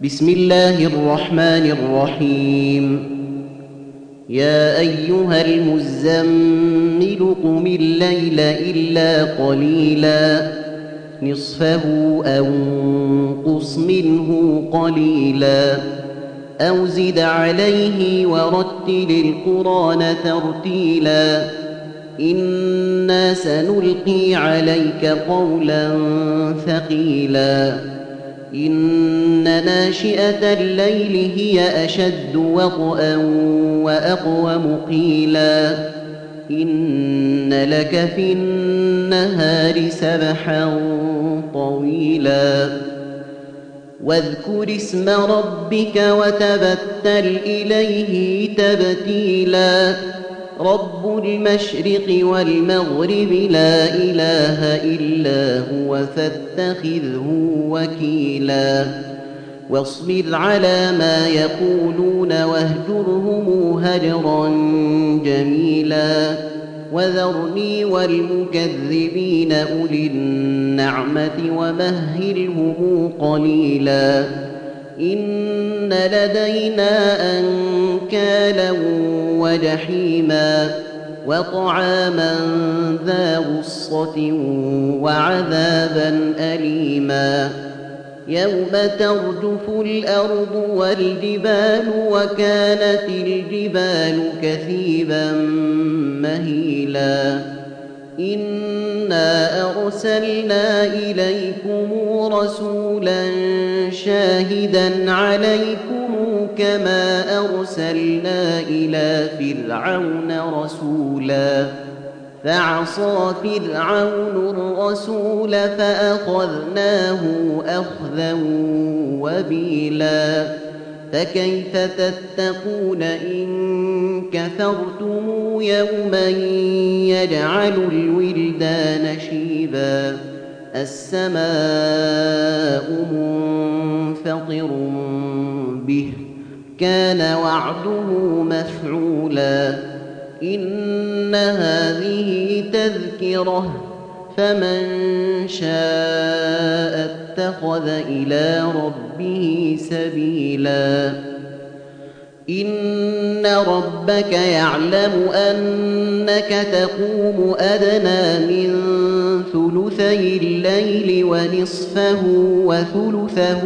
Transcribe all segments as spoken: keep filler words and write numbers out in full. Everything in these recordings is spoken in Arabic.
بسم الله الرحمن الرحيم. يا أيها المزمل قم الليل إلا قليلا نصفه أو انقص منه قليلا أو زد عليه ورتل القرآن ترتيلا إنا سنلقي عليك قولا ثقيلا إن ناشئة الليل هي أشد وطئا وأقوم قيلا إن لك في النهار سبحا طويلا واذكر اسم ربك وتبتل إليه تبتيلا رب المشرق والمغرب لا إله إلا هو فاتخذه وكيلا واصبر على ما يقولون واهجرهم هجرا جميلا وذرني والمكذبين أولي النعمة ومهلهم قليلا إن لدينا أنكالا وجحيما وطعاما ذا غصة وعذابا أليما يوم ترجف الأرض والجبال وكانت الجبال كثيبا مهيلا إنا أرسلنا إليكم رسولا شاهدا عليكم كما أرسلنا إلى فرعون رسولا فعصى فرعون الرسول فأخذناه أخذا وبيلا فكيف تتقون إن كفرتم يوما يجعل الولدان شيبا السماء منفطر به كان وعده مفعولا إن هذه تذكرة فمن شاء اتخذ إلى ربه سبيلا إن ربك يعلم أنك تقوم أدنى من ثلثي الليل ونصفه وثلثه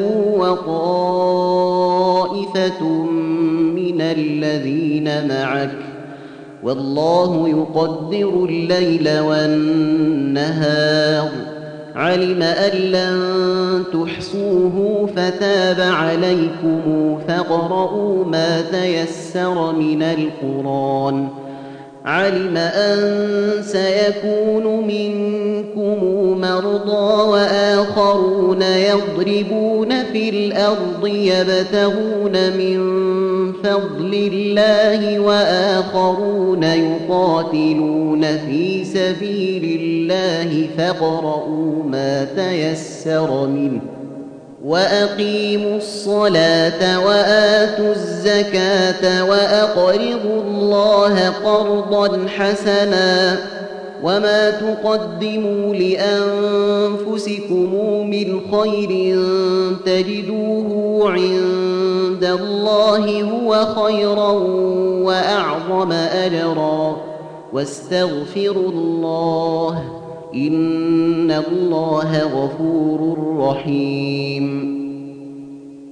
وطائفة من الذين معك والله يقدر الليل والنهار علم أن لن تحصوه فتاب عليكم فاقرؤوا ما تيسر من القرآن علم أن سيكون منكم مرضى وآخرون يضربون في الأرض يبتغون من فضل الله وآخرون يقاتلون في سبيل الله فاقرؤوا ما تيسر منه وأقيموا الصلاة وآتوا الزكاة وأقرضوا الله قرضا حسنا وما تقدموا لأنفسكم من خير تجدوه عند الله هو خيرا وأعظم أجرا واستغفروا الله إن الله غفور رحيم